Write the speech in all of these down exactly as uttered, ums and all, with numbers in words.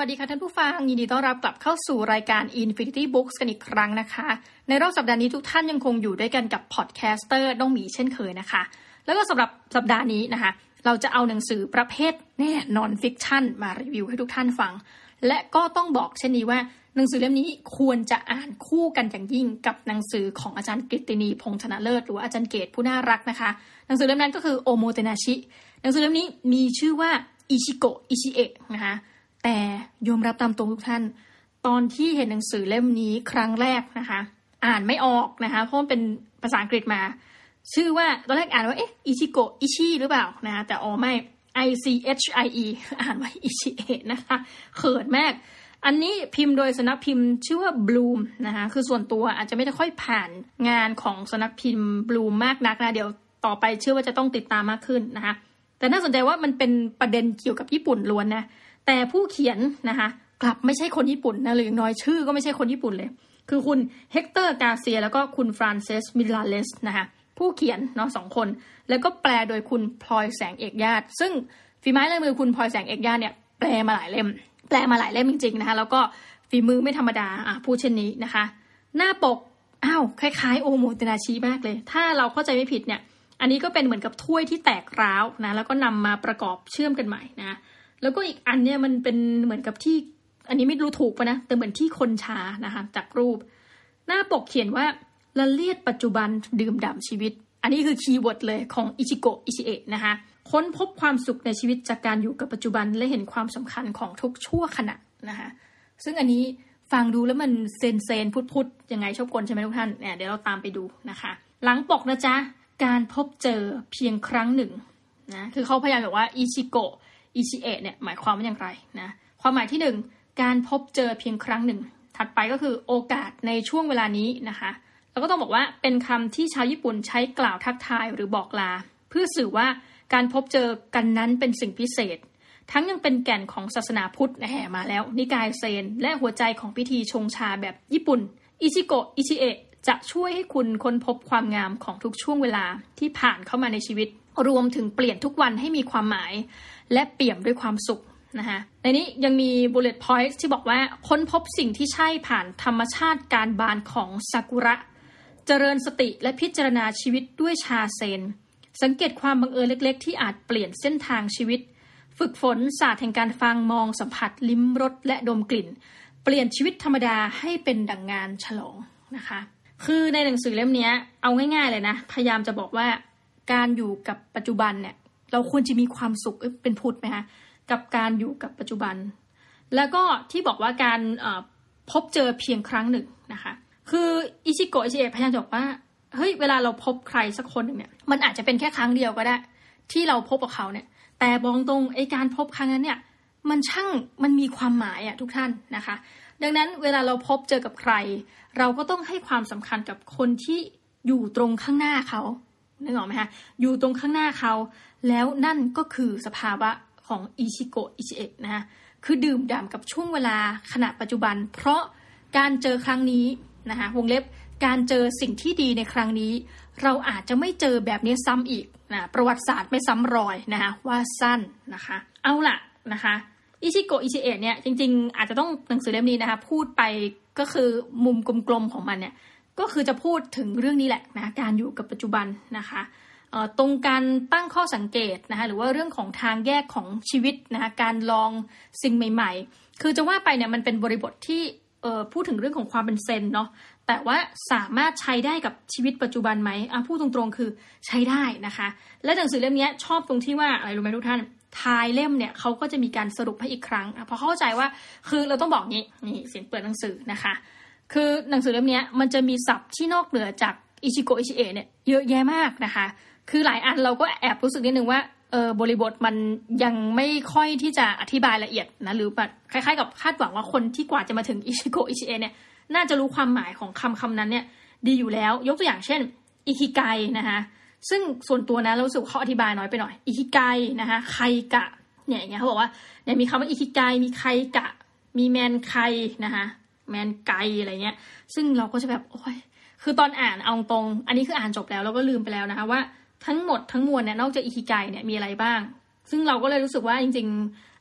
วัสดีค่ะท่านผู้ฟังยินดีต้อนรับกลับเข้าสู่รายการ Infinity Books กันอีกครั้งนะคะในรอบสัปดาห์นี้ทุกท่านยังคงอยู่ด้วยกันกับพอดแคสเตอร์น้องหมีเช่นเคยนะคะแล้วก็สำหรับสัปดาห์นี้นะคะเราจะเอาหนังสือประเภทแน่นอนฟิกชันมารีวิวให้ทุกท่านฟังและก็ต้องบอกเช่นนี้ว่าหนังสือเล่มนี้ควรจะอ่านคู่กันอย่างยิ่งกับหนังสือของอาจารย์กฤตินีพงษ์ธนเลิศหรือว่าอาจารย์เกตผู้น่ารักนะคะหนังสือเล่มนั้นก็คือโอโมเตนาชิหนังสือเล่มนี้มีชื่อว่าอิชิโกะอิชิเอะนะคะแต่ยอมรับตามตรงทุกท่านตอนที่เห็นหนังสือเล่มนี้ครั้งแรกนะคะอ่านไม่ออกนะคะเพราะมันเป็นภาษาอังกฤษมาชื่อว่าตอนแรกอ่านว่าเอ๊ะอิชิโกะอิชิหรือเปล่านะคะแต่อ๋อไม่ I C H I E อ่านว่าอิชิเอะนะคะเขินมากอันนี้พิมพ์โดยสำนักพิมพ์ชื่อว่า Bloom นะคะคือส่วนตัวอาจจะไม่ได้ค่อยผ่านงานของสำนักพิมพ์ Bloom มากนักนะเดี๋ยวต่อไปเชื่อว่าจะต้องติดตามมากขึ้นนะคะแต่น่าสนใจว่ามันเป็นประเด็นเกี่ยวกับญี่ปุ่นล้วนนะแต่ผู้เขียนนะคะกลับไม่ใช่คนญี่ปุ่นนะหรืออย่างน้อยชื่อก็ไม่ใช่คนญี่ปุ่นเลยคือคุณเฮกเตอร์กาเซียแล้วก็คุณฟรานเซสมิลาเลสนะคะผู้เขียนเนาะสองคนแล้วก็แปลโดยคุณพลอยแสงเอกญาติซึ่งฝีไม้ลายมือคุณพลอยแสงเอกญาติเนี่ยแปลมาหลายเล่มแปลมาหลายเล่มจริงๆนะคะแล้วก็ฝีมือไม่ธรรมดาอ่ะพูดเช่นนี้นะคะหน้าปกอ้าวคล้ายๆโอโมเตนาชิมากเลยถ้าเราเข้าใจไม่ผิดเนี่ยอันนี้ก็เป็นเหมือนกับถ้วยที่แตกร้าวนะแล้วก็นำมาประกอบเชื่อมกันใหม่นะแล้วก็อีกอันเนี่ยมันเป็นเหมือนกับที่อันนี้ไม่รู้ถูกปะนะแต่เหมือนที่คนชานะคะจากรูปหน้าปกเขียนว่าละเลียดปัจจุบันดื่มด่ำชีวิตอันนี้คือคีย์เวิร์ดเลยของอิชิโกะอิชิเอะนะคะค้นพบความสุขในชีวิตจากการอยู่กับปัจจุบันและเห็นความสำคัญของทุกชั่วขณะนะคะซึ่งอันนี้ฟังดูแล้วมันเซนเซนพุดๆยังไงชอบกลใช่ไหมทุกท่านเนี่ยเดี๋ยวเราตามไปดูนะคะหลังปกนะจ๊ะการพบเจอเพียงครั้งหนึ่งนะคือเขาพยายามบอกว่าอิชิโกะอิชิเอะเนี่ยหมายความว่าอย่างไรนะความหมายที่หนึ่งการพบเจอเพียงครั้งหนึ่งถัดไปก็คือโอกาสในช่วงเวลานี้นะคะแล้วก็ต้องบอกว่าเป็นคำที่ชาวญี่ปุ่นใช้กล่าวทักทายหรือบอกลาเพื่อสื่อว่าการพบเจอกันนั้นเป็นสิ่งพิเศษทั้งยังเป็นแก่นของศาสนาพุทธแห่มาแล้วนิกายเซนและหัวใจของพิธีชงชาแบบญี่ปุ่นอิชิโกะอิชิเอะจะช่วยให้คุณค้นพบความงามของทุกช่วงเวลาที่ผ่านเข้ามาในชีวิตรวมถึงเปลี่ยนทุกวันให้มีความหมายและเปี่ยมด้วยความสุขนะคะในนี้ยังมี bullet points ที่บอกว่าค้นพบสิ่งที่ใช่ผ่านธรรมชาติการบานของซากุระเจริญสติและพิจารณาชีวิตด้วยชาเซนสังเกตความบังเอิญเล็กๆที่อาจเปลี่ยนเส้นทางชีวิตฝึกฝนศาสตร์แห่งการฟังมองสัมผัสลิ้มรสและดมกลิ่นเปลี่ยนชีวิตธรรมดาให้เป็นดั่งงานฉลองนะคะคือในหนังสือเล่มนี้เอาง่ายๆเลยนะพยายามจะบอกว่าการอยู่กับปัจจุบันเนี่ยเราควรจะมีความสุขเป็นพุทธไหมคะกับการอยู่กับปัจจุบันแล้วก็ที่บอกว่าการพบเจอเพียงครั้งหนึ่งนะคะคืออิชิโกะอิชิเอะพยายามจะบอกว่าเฮ้ยเวลาเราพบใครสักคนหนึ่งเนี่ยมันอาจจะเป็นแค่ครั้งเดียวก็ได้ที่เราพบกับเขาเนี่ยแต่บอกตรงไอ้การพบครั้งนั้นเนี่ยมันช่างมันมีความหมายอะทุกท่านนะคะดังนั้นเวลาเราพบเจอกับใครเราก็ต้องให้ความสำคัญกับคนที่อยู่ตรงข้างหน้าเขานึกออกไหมคะอยู่ตรงข้างหน้าเขาแล้วนั่นก็คือสภาวะของอิชิโกะอิชิเอะนะคะคือดื่มด่ำกับช่วงเวลาขณะปัจจุบันเพราะการเจอครั้งนี้นะคะวงเล็บการเจอสิ่งที่ดีในครั้งนี้เราอาจจะไม่เจอแบบนี้ซ้ำอีกนะประวัติศาสตร์ไม่ซ้ำรอยนะคะว่าสั้นนะคะเอาล่ะนะคะอิชิโกะอิชิเอะเนี่ยจริงๆอาจจะต้องหนังสือเล่มนี้นะคะพูดไปก็คือมุมกลมๆของมันเนี่ยก็คือจะพูดถึงเรื่องนี้แหละนะการอยู่กับปัจจุบันนะคะตรงการตั้งข้อสังเกตนะคะหรือว่าเรื่องของทางแยกของชีวิตนะคะการลองสิ่งใหม่ๆคือจะว่าไปเนี่ยมันเป็นบริบทที่พูดถึงเรื่องของความเป็นเซนเนาะแต่ว่าสามารถใช้ได้กับชีวิตปัจจุบันไหมอ่ะพูดตรงๆคือใช้ได้นะคะและหนังสือเล่มนี้ชอบตรงที่ว่าอะไรรู้ไหมทุกท่านท้ายเล่มเนี่ยเขาก็จะมีการสรุปให้อีกครั้งเพราะเข้าใจว่าคือเราต้องบอกงี้นี่เสียงเปิดหนังสือนะคะคือหนังสือเล่มนี้มันจะมีศัพท์ที่นอกเหนือจากอิชิโกะอิชิเอะเนี่ยเยอะแยะมากนะคะคือหลายอันเราก็แอบรู้สึกนิดนึงว่าเออบริบทมันยังไม่ค่อยที่จะอธิบายละเอียดนะหรือแบบคล้ายๆกับคาดหวังว่าคนที่กว่าจะมาถึงอิชิโกะอิชิเอะเนี่ยน่าจะรู้ความหมายของคำคำนั้นเนี่ยดีอยู่แล้วยกตัวอย่างเช่นอิคิไกนะคะซึ่งส่วนตัวนะเรารู้สึกเขาอธิบายน้อยไปหน่อยอิคิไกนะคะไคกะเนี่ยอย่างเงี้ยเขาบอกว่าเนี่ยมีคำว่าอิคิไกมีไคกะมีแมนไคนะคะแมนไกอะไรเงี้ยซึ่งเราก็จะแบบโอ้ยคือตอนอ่านเอาตรงอันนี้คืออ่านจบแล้วเราก็ลืมไปแล้วนะคะว่าทั้งหมดทั้งมวลเนี่ยนอกจากอิคิไกเนี่ยมีอะไรบ้างซึ่งเราก็เลยรู้สึกว่าจริงๆ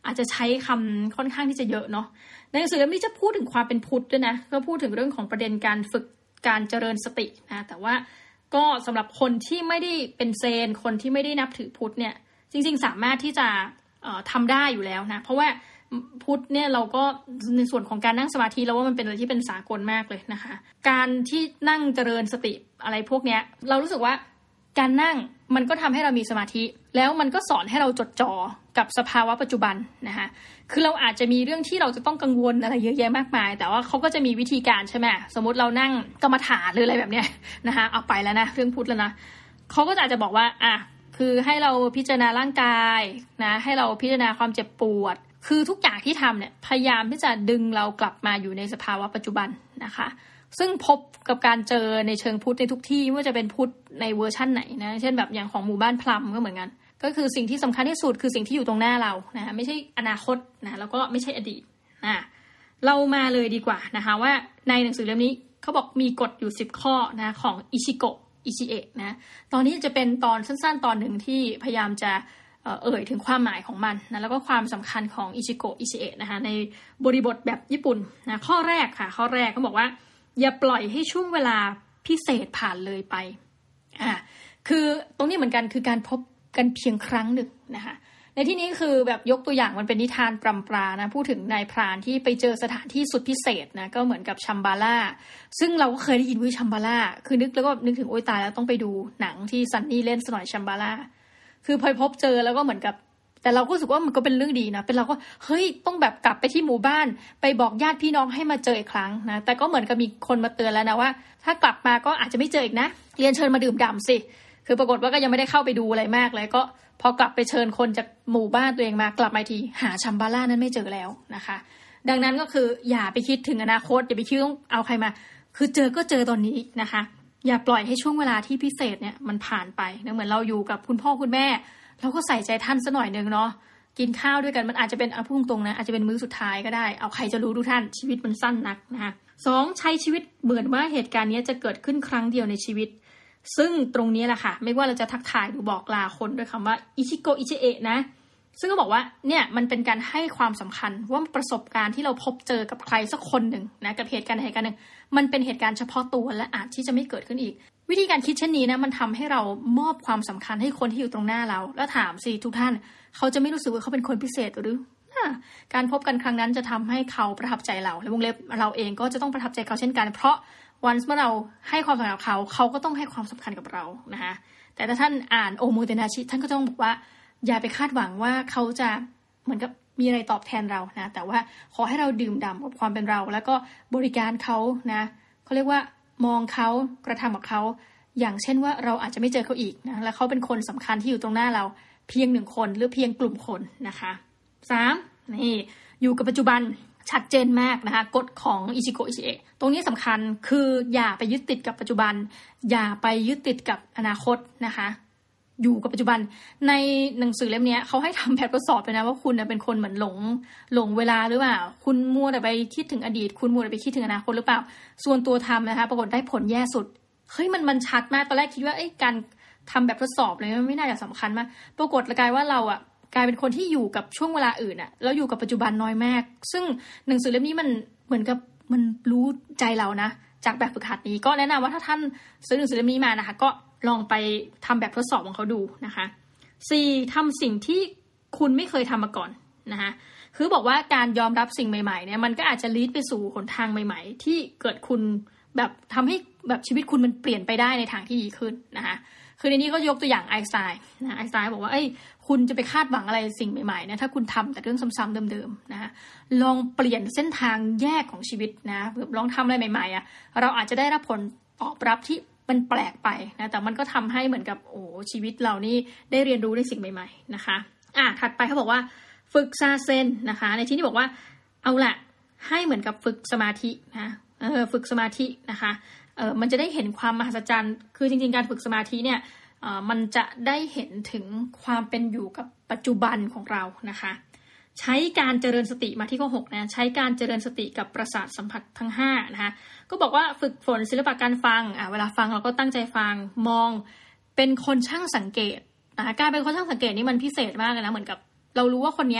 อาจจะใช้คำค่อนข้างที่จะเยอะเนาะในหนังสือเล่มนี้จะพูดถึงความเป็นพุทธด้วยนะก็พูดถึงเรื่องของประเด็นการฝึกการเจริญสตินะแต่ว่าก็สำหรับคนที่ไม่ได้เป็นเซนคนที่ไม่ได้นับถือพุทธเนี่ยจริงๆสามารถที่จะเอ่อทำได้อยู่แล้วนะเพราะว่าพุทธเนี่ยเราก็ในส่วนของการนั่งสมาธิแล้วว่ามันเป็นอะไรที่เป็นสากลมากเลยนะคะการที่นั่งเจริญสติอะไรพวกเนี้ยเรารู้สึกว่าการนั่งมันก็ทำให้เรามีสมาธิแล้วมันก็สอนให้เราจดจ่อกับสภาวะปัจจุบันนะคะคือเราอาจจะมีเรื่องที่เราจะต้องกังวลอะไรเยอะแยะมากมายแต่ว่าเขาก็จะมีวิธีการใช่ไหมสมมติเรานั่งกรรมฐานหรืออะไรแบบเนี้ยนะคะเอาไปแล้วนะเรื่องพุทธแล้วนะเขาก็อาจจะบอกว่าอ่ะคือให้เราพิจารณาร่างกายนะให้เราพิจารณาความเจ็บปวดคือทุกอย่างที่ทำเนี่ยพยายามที่จะดึงเรากลับมาอยู่ในสภาวะปัจจุบันนะคะซึ่งพบกับการเจอในเชิงพุทธในทุกที่ไม่ว่าจะเป็นพุทธในเวอร์ชั่นไหนนะเช่นแบบอย่างของหมู่บ้านพลัมก็เหมือนกันก็คือสิ่งที่สำคัญที่สุดคือสิ่งที่อยู่ตรงหน้าเรานะไม่ใช่อนาคตนะแล้วก็ไม่ใช่อดีตนะเรามาเลยดีกว่านะคะว่าในหนังสือเล่มนี้เขาบอกมีกฎอยู่สิบข้อนะของอิชิโกะอิชิเอะนะตอนนี้จะเป็นตอนสั้นๆตอนหนึ่งที่พยายามจะเอ่ยถึงความหมายของมันนะแล้วก็ความสำคัญของอิชิโกะอิชิเอะนะคะในบริบทแบบญี่ปุ่นนะข้อแรกค่ะข้อแรกเขาบอกว่าอย่าปล่อยให้ช่วงเวลาพิเศษผ่านเลยไปอ่าคือตรงนี้เหมือนกันคือการพบกันเพียงครั้งหนึ่งนะคะในที่นี้คือแบบยกตัวอย่างมันเป็นนิทานปรำปรานะพูดถึงนายพรานที่ไปเจอสถานที่สุดพิเศษนะก็เหมือนกับชัมบาล่าซึ่งเราก็เคยได้ยินว่าชัมบาล่าคือนึกแล้วก็นึกถึงโอ๊ยตายแล้วต้องไปดูหนังที่ซันนี่เล่นสหน่อยชัมบาล่าคือพอพบเจอแล้วก็เหมือนกับแต่เราก็รู้สึกว่ามันก็เป็นเรื่องดีนะเป็นเราก็เฮ้ยต้องแบบกลับไปที่หมู่บ้านไปบอกญาติพี่น้องให้มาเจออีกครั้งนะแต่ก็เหมือนกับมีคนมาเตือนแล้วนะว่าถ้ากลับมาก็อาจจะไม่เจออีกนะเรียนเชิญมาดื่มด่ำสิคือปรากฏว่าก็ยังไม่ได้เข้าไปดูอะไรมากเลยก็พอกลับไปเชิญคนจากหมู่บ้านตัวเองมากลับมาทีหาชัมบาล่านั้นไม่เจอแล้วนะคะดังนั้นก็คืออย่าไปคิดถึงอนาคตอย่าไปคิดต้องเอาใครมาคือเจอก็เจอตอนนี้นะคะอย่าปล่อยให้ช่วงเวลาที่พิเศษเนี่ยมันผ่านไปนะเหมือนเราอยู่กับคุณพ่อคุณแม่เราก็ใส่ใจท่านซะหน่อยนึงเนาะกินข้าวด้วยกันมันอาจจะเป็นเอาพูดตรงนะอาจจะเป็นมื้อสุดท้ายก็ได้เอาใครจะรู้ทุกท่านชีวิตมันสั้นนักนะคะสองใช้ชีวิตเหมือนว่าเหตุการณ์นี้จะเกิดขึ้นครั้งเดียวในชีวิตซึ่งตรงนี้แหละค่ะไม่ว่าเราจะทักทายหรือบอกลาคนด้วยคำว่าอิชิโกอิชิเอะนะซึ่งก็บอกว่าเนี่ยมันเป็นการให้ความสำคัญว่าประสบการณ์ที่เราพบเจอกับใครสักคนหนึ่งนะกับเหตุการณ์เหตุการณ์หนึ่งมันเป็นเหตุการณ์เฉพาะตัวและอาจที่จะไม่เกิดขึ้นอีกวิธีการคิดเช่นนี้นะมันทำให้เรามอบความสำคัญให้คนที่อยู่ตรงหน้าเราแล้วถามสิทุกท่านเขาจะไม่รู้สึกว่าเขาเป็นคนพิเศษหรือการพบกันครั้งนั้นจะทำให้เขาประทับใจเราและวงเล็บเราเองก็จะต้องประทับใจเขาเช่นกันเพราะวันเมื่อเราให้ความสำคัญกับเขาเขาก็ต้องให้ความสำคัญกับเรานะคะแต่ถ้าท่านอ่านโอโมเตนาชิท่านก็ต้องบอกว่าอย่าไปคาดหวังว่าเขาจะเหมือนกับมีอะไรตอบแทนเรานะแต่ว่าขอให้เราดื่มด่ำกับความเป็นเราแล้วก็บริการเขานะเขาเรียกว่ามองเขากระทำกับเขาอย่างเช่นว่าเราอาจจะไม่เจอเขาอีกนะและเขาเป็นคนสำคัญที่อยู่ตรงหน้าเราเพียงหนึ่งคนหรือเพียงกลุ่มคนนะคะสามนี่อยู่กับปัจจุบันชัดเจนมากนะคะกฎของอิชิโกะอิชิเอะตรงนี้สำคัญคืออย่าไปยึดติดกับปัจจุบันอย่าไปยึดติดกับอนาคตนะคะอยู่กับปัจจุบันในหนังสือเล่มนี้เขาให้ทำแบบทดสอบไปนะว่าคุณเป็นคนเหมือนหลงหลงเวลาหรือเปล่าคุณมัวแต่ไปคิดถึงอดีตคุณมัวแต่ไปคิดถึงอนาคตหรือเปล่าส่วนตัวทำนะคะปรากฏได้ผลแย่สุดเฮ้ยมันมันชัดมากตอนแรกคิดว่าไอ้การทำแบบทดสอบเลยไม่น่าจะสำคัญมากปรากฏกลายว่าเราอะกลายเป็นคนที่อยู่กับช่วงเวลาอื่นอะแล้วอยู่กับปัจจุบันน้อยมากซึ่งหนังสือเล่มนี้มันเหมือนกับมันรู้ใจเรานะจากแบบฝึกหัดนี้ก็แนะนำว่าถ้าท่านซื้อหนังสือเล่มนี้มานะคะก็ลองไปทำแบบทดสอบของเขาดูนะคะสี่ทำสิ่งที่คุณไม่เคยทำมาก่อนนะคะคือบอกว่าการยอมรับสิ่งใหม่ๆเนี่ยมันก็อาจจะลีดไปสู่หนทางใหม่ๆที่เกิดคุณแบบทำให้แบบชีวิตคุณมันเปลี่ยนไปได้ในทางที่ดีขึ้นนะคะคือในนี้ก็ยกตัวอย่างไอน์สไตน์นะไอน์สไตน์บอกว่าเอ้ยคุณจะไปคาดหวังอะไรสิ่งใหม่ๆนะถ้าคุณทำแต่เรื่องซ้ำๆเดิมๆนะคะลองเปลี่ยนเส้นทางแยกของชีวิตนะลองทำอะไรใหม่ๆอ่ะเราอาจจะได้รับผลตอบรับที่มันแปลกไปนะแต่มันก็ทำให้เหมือนกับโอ้ชีวิตเรานี่ได้เรียนรู้ในสิ่งใหม่ๆนะคะอ่ะถัดไปเขาบอกว่าฝึกซาเซ็นนะคะในที่นี้บอกว่าเอาละให้เหมือนกับฝึกสมาธินะเออฝึกสมาธินะคะเออมันจะได้เห็นความมหัศจรรย์คือจริงๆการฝึกสมาธิเนี่ยเออมันจะได้เห็นถึงความเป็นอยู่กับปัจจุบันของเรานะคะใช้การเจริญสติมาที่ข้อหกนะใช้การเจริญสติกับประสาทสัมผัสทั้งห้านะคะก็บอกว่าฝึกฝนศิลปะการฟังอ่ะเวลาฟังเราก็ตั้งใจฟังมองเป็นคนช่างสังเกตนะคะการเป็นคนช่างสังเกตนี่มันพิเศษมากเลยนะเหมือนกับเรารู้ว่าคนนี้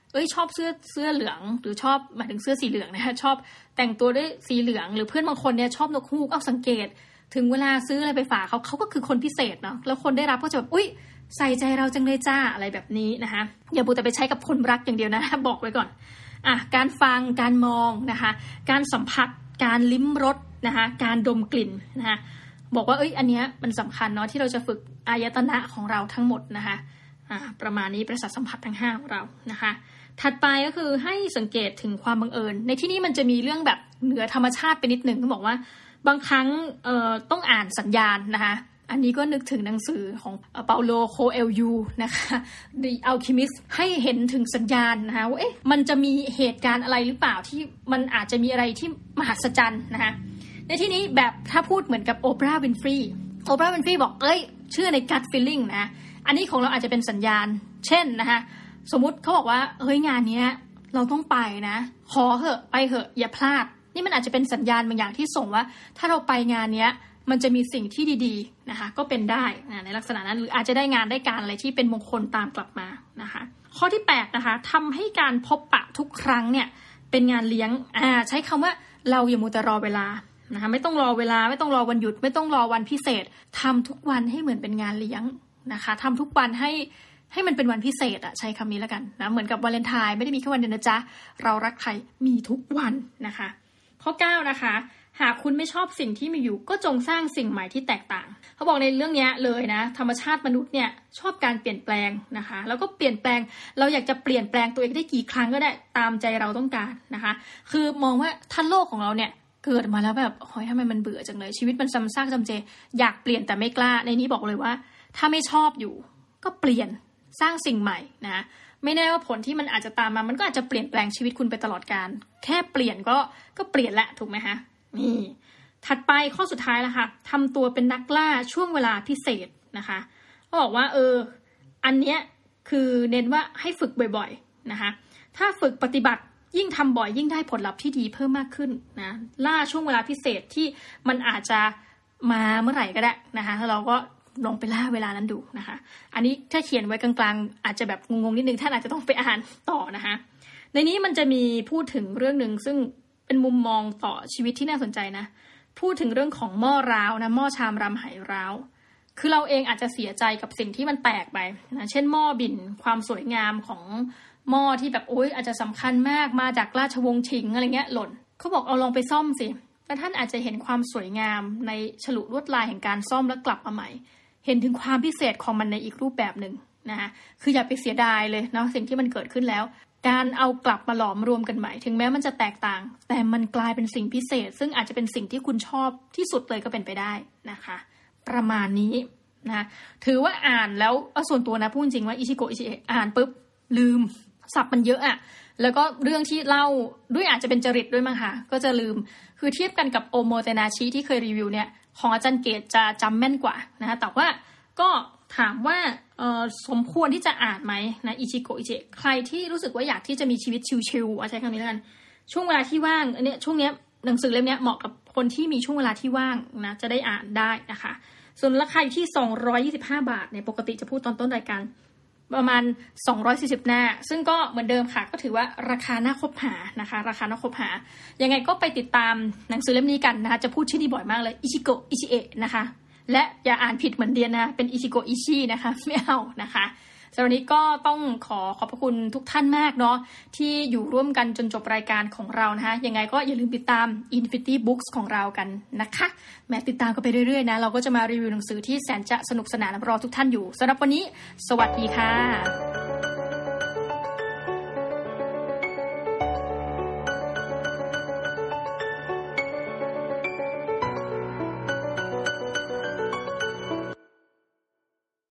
เอ้ยชอบเสื้อเสื้อเหลืองหรือชอบหมายถึงเสื้อสีเหลืองนะคะชอบแต่งตัวด้วยสีเหลืองหรือเพื่อนบางคนเนี่ยชอบนกฮูกเอาสังเกตถึงเวลาซื้ออะไรไปฝากเขาเขาก็คือคนพิเศษเนาะแล้วคนได้รับก็จะแบบอุ๊ยใส่ใจเราจังเลยจ้าอะไรแบบนี้นะคะอย่าบูแต่ไปใช้กับคนรักอย่างเดียวนะบอกไว้ก่อนอ่ะการฟังการมองนะคะการสัมผัสการลิ้มรสนะคะการดมกลิ่นนะคะบอกว่าเอ้ยอันเนี้ยมันสำคัญเนาะที่เราจะฝึกอายตนะของเราทั้งหมดนะคะอ่าประมาณนี้ประสาทสัมผัสทั้งห้าของเรานะคะถัดไปก็คือให้สังเกตถึงความบังเอิญในที่นี้มันจะมีเรื่องแบบเหนือธรรมชาติไปนิดนึงเขาบอกว่าบางครั้งเอ่อต้องอ่านสัญญาณนะคะอันนี้ก็นึกถึงหนังสือของเปาโลโคเอลยูนะคะ The Alchemist ให้เห็นถึงสัญญาณนะคะว่าเอ๊ะมันจะมีเหตุการณ์อะไรหรือเปล่าที่มันอาจจะมีอะไรที่มหัศจรรย์นะคะในที่นี้แบบถ้าพูดเหมือนกับโอปราห์วินฟรีโอปราห์วินฟรีบอกเอ้ยเชื่อใน gut feeling นะอันนี้ของเราอาจจะเป็นสัญญาณเช่นนะคะสมมุติเขาบอกว่าเฮ้ยงานนี้เราต้องไปนะขอเหอะไปเหอะอย่าพลาดนี่มันอาจจะเป็นสัญญาณบางอย่างที่ส่งว่าถ้าเราไปงานนี้มันจะมีสิ่งที่ดีๆนะคะก็เป็นได้นะในลักษณะนั้นหรืออาจจะได้งานได้การอะไรที่เป็นมงคลตามกลับมานะคะข้อที่แปดนะคะทำให้การพบปะทุกครั้งเนี่ยเป็นงานเลี้ยงอ่าใช้คำว่าเราอย่ามัวแต่รอเวลานะคะไม่ต้องรอเวลาไม่ต้องรอวันหยุดไม่ต้องรอวันพิเศษทำทุกวันให้เหมือนเป็นงานเลี้ยงนะคะทำทุกวันให้ให้มันเป็นวันพิเศษอะใช้คำนี้แล้วกันนะเหมือนกับวาเลนไทน์ไม่ได้มีแค่วันเดียวนะจ๊ะเรารักใครมีทุกวันนะคะข้อเก้านะคะหากคุณไม่ชอบสิ่งที่มีอยู่ก็จงสร้างสิ่งใหม่ที่แตกต่างเขาบอกในเรื่องนี้เลยนะธรรมชาติมนุษย์เนี่ยชอบการเปลี่ยนแปลงนะคะแล้วก็เปลี่ยนแปลงเราอยากจะเปลี่ยนแปลงตัวเองได้กี่ครั้งก็ได้ตามใจเราต้องการนะคะคือมองว่าท่านโลกของเราเนี่ยเกิดมาแล้วแบบโอ้ยทำไมมันเบื่อจังเลยชีวิตมันซ้ำซากจำเจอยากเปลี่ยนแต่ไม่กล้าในนี้บอกเลยว่าถ้าไม่ชอบอยู่ก็เปลี่ยนสร้างสิ่งใหม่นะไม่แน่ว่าผลที่มันอาจจะตามมามันก็อาจจะเปลี่ยนแปลงชีวิตคุณไปตลอดกาลแค่เปลี่ยนก็ก็เปลี่ยนละถูกไหมคะนี่ถัดไปข้อสุดท้ายแล้วค่ะทำตัวเป็นนักล่าช่วงเวลาพิเศษนะคะเขาบอกว่าเอออันเนี้ยคือเน้นว่าให้ฝึกบ่อยๆนะคะถ้าฝึกปฏิบัติยิ่งทำบ่อยยิ่งได้ผลลัพธ์ที่ดีเพิ่มมากขึ้นนะล่าช่วงเวลาพิเศษที่มันอาจจะมาเมื่อไหร่ก็ได้นะคะถ้าเราก็ลองไปล่าเวลานั้นดูนะคะอันนี้ถ้าเขียนไว้กลางๆอาจจะแบบงงๆนิดนึงท่านอาจจะต้องไปอ่านต่อนะคะในนี้มันจะมีพูดถึงเรื่องนึงซึ่งเป็นมุมมองต่อชีวิตที่น่าสนใจนะพูดถึงเรื่องของหม้อร้าวนะหม้อชามรำไหร้าวคือเราเองอาจจะเสียใจกับสิ่งที่มันแตกไปนะเช่นหม้อบิ่นความสวยงามของหม้อที่แบบโอ๊ยอาจจะสำคัญมากมาจากราชวงศ์ชิงอะไรเงี้ยหล่นเขาบอกเอาลองไปซ่อมสิแล้วท่านอาจจะเห็นความสวยงามในฉลุลวดลายแห่งการซ่อมแล้วกลับมาใหม่เห็นถึงความพิเศษของมันในอีกรูปแบบหนึ่งนะคะคืออย่าไปเสียดายเลยเนาะสิ่งที่มันเกิดขึ้นแล้วการเอากลับมาหลอมรวมกันใหม่ถึงแม้มันจะแตกต่างแต่มันกลายเป็นสิ่งพิเศษซึ่งอาจจะเป็นสิ่งที่คุณชอบที่สุดเลยก็เป็นไปได้นะคะประมาณนี้นะถือว่าอ่านแล้วส่วนตัวนะพูดจริงว่าอิชิโกะอิชิเอะอ่านปุ๊บลืมศัพท์มันเยอะอะแล้วก็เรื่องที่เล่าด้วยอาจจะเป็นจริตด้วยมั้งค่ะก็จะลืมคือเทียบกันกับโอโมเตนาชิที่เคยรีวิวเนี่ยของอาจารย์เกตจะจำแม่นกว่านะคะแต่ว่าก็ถามว่าสมควรที่จะอ่านไหมนะอิชิโกะอิชิเอะใครที่รู้สึกว่าอยากที่จะมีชีวิตชิลๆเอาใช้คำนี้แล้วกันช่วงเวลาที่ว่างอันนี้ช่วงนี้หนังสือเล่มนี้เหมาะกับคนที่มีช่วงเวลาที่ว่างนะจะได้อ่านได้นะคะส่วนราคาอยู่ที่สองร้อยยี่สิบห้าบาทเนี่ยปกติจะพูดตอนต้นรายการประมาณสองร้อยสี่สิบหน้าซึ่งก็เหมือนเดิมค่ะก็ถือว่าราคาน่าคบหานะคะราคาน่าคบหายังไงก็ไปติดตามหนังสือเล่มนี้กันนะคะจะพูดชื่อนี้บ่อยมากเลยอิชิโกะอิชิเอะนะคะและอย่าอ่านผิดเหมือนเดียนนะเป็นอิชิโกะอิชินะคะไม่เอานะคะสำหรับวันนี้ก็ต้องขอขอบพระคุณทุกท่านมากเนาะที่อยู่ร่วมกันจนจบรายการของเรานะคะยังไงก็อย่าลืมติดตาม Infinity Books ของเรากันนะคะแม้ติดตามกันไปเรื่อยๆนะเราก็จะมารีวิวหนังสือที่แสนจะสนุกสนานรอทุกท่านอยู่สำหรับวันนี้สวัสดีค่ะ